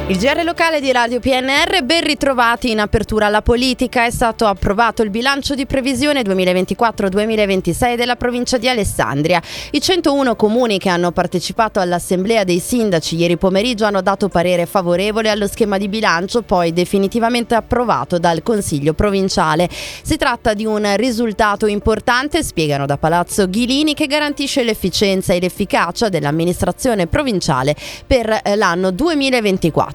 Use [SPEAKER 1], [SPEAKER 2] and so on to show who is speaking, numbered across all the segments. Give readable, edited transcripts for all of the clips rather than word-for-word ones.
[SPEAKER 1] Il GR locale di Radio PNR, ben ritrovati in apertura alla politica. È stato approvato il bilancio di previsione 2024-2026 della provincia di Alessandria. I 101 comuni che hanno partecipato all'assemblea dei sindaci ieri pomeriggio hanno dato parere favorevole allo schema di bilancio, poi definitivamente approvato dal Consiglio provinciale. Si tratta di un risultato importante, spiegano da Palazzo Ghilini, che garantisce l'efficienza e l'efficacia dell'amministrazione provinciale per l'anno 2024.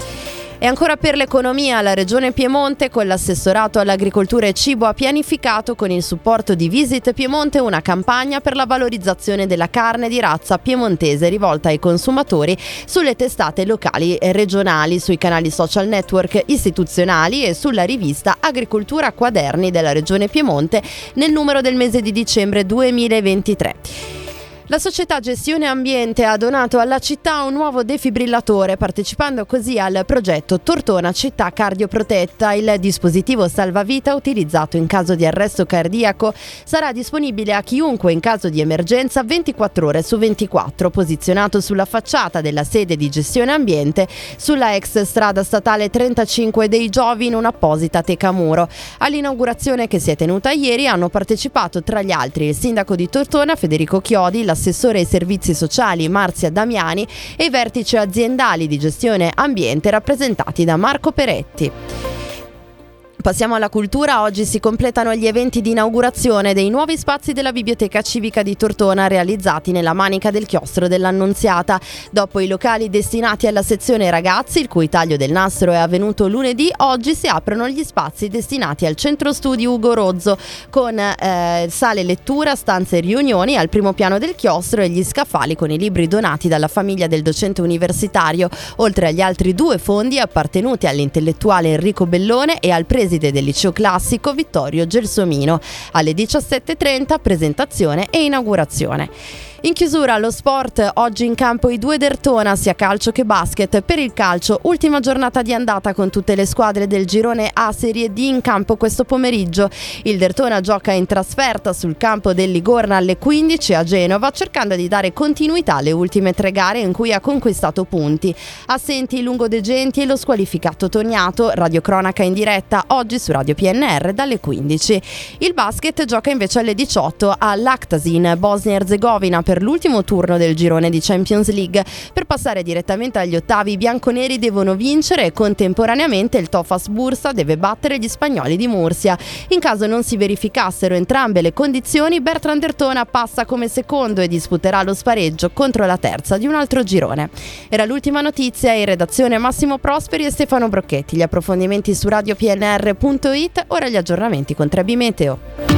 [SPEAKER 1] E ancora per l'economia, la Regione Piemonte con l'assessorato all'agricoltura e cibo ha pianificato con il supporto di Visit Piemonte una campagna per la valorizzazione della carne di razza piemontese rivolta ai consumatori sulle testate locali e regionali, sui canali social network istituzionali e sulla rivista Agricoltura Quaderni della Regione Piemonte nel numero del mese di dicembre 2023. La società Gestione Ambiente ha donato alla città un nuovo defibrillatore, partecipando così al progetto Tortona Città Cardioprotetta. Il dispositivo salvavita, utilizzato in caso di arresto cardiaco, sarà disponibile a chiunque in caso di emergenza 24 ore su 24, posizionato sulla facciata della sede di Gestione Ambiente sulla ex strada statale 35 dei Giovi in un'apposita teca muro. All'inaugurazione, che si è tenuta ieri, hanno partecipato tra gli altri il sindaco di Tortona Federico Chiodi, l'assessore ai servizi sociali Marzia Damiani e i vertici aziendali di Gestione Ambiente rappresentati da Marco Peretti. Passiamo alla cultura. Oggi si completano gli eventi di inaugurazione dei nuovi spazi della Biblioteca Civica di Tortona realizzati nella Manica del Chiostro dell'Annunziata. Dopo i locali destinati alla sezione ragazzi, il cui taglio del nastro è avvenuto lunedì, oggi si aprono gli spazi destinati al centro studi Ugo Rozzo con sale lettura, stanze e riunioni al primo piano del chiostro e gli scaffali con i libri donati dalla famiglia del docente universitario, oltre agli altri due fondi appartenuti all'intellettuale Enrico Bellone e al preside del liceo classico Vittorio Gelsomino. Alle 17:30 presentazione e inaugurazione. In chiusura lo sport, oggi in campo i due Dertona, sia calcio che basket. Per il calcio, ultima giornata di andata con tutte le squadre del girone A Serie D in campo questo pomeriggio. Il Dertona gioca in trasferta sul campo del Ligorna alle 15 a Genova, cercando di dare continuità alle ultime 3 gare in cui ha conquistato punti. Assenti Lungo De Genti e lo squalificato Tognato. Radiocronaca in diretta oggi su Radio PNR dalle 15. Il basket gioca invece alle 18 all'Aktasin, Bosnia-Erzegovina, per l'ultimo turno del girone di Champions League. Per passare direttamente agli ottavi, i bianconeri devono vincere e contemporaneamente il Tofas Bursa deve battere gli spagnoli di Mursia. In caso non si verificassero entrambe le condizioni, Bertrand Dertona passa come secondo e disputerà lo spareggio contro la terza di un altro girone. Era l'ultima notizia. In redazione Massimo Prosperi e Stefano Brocchetti. Gli approfondimenti su radiopnr.it, ora gli aggiornamenti con Trebi Meteo.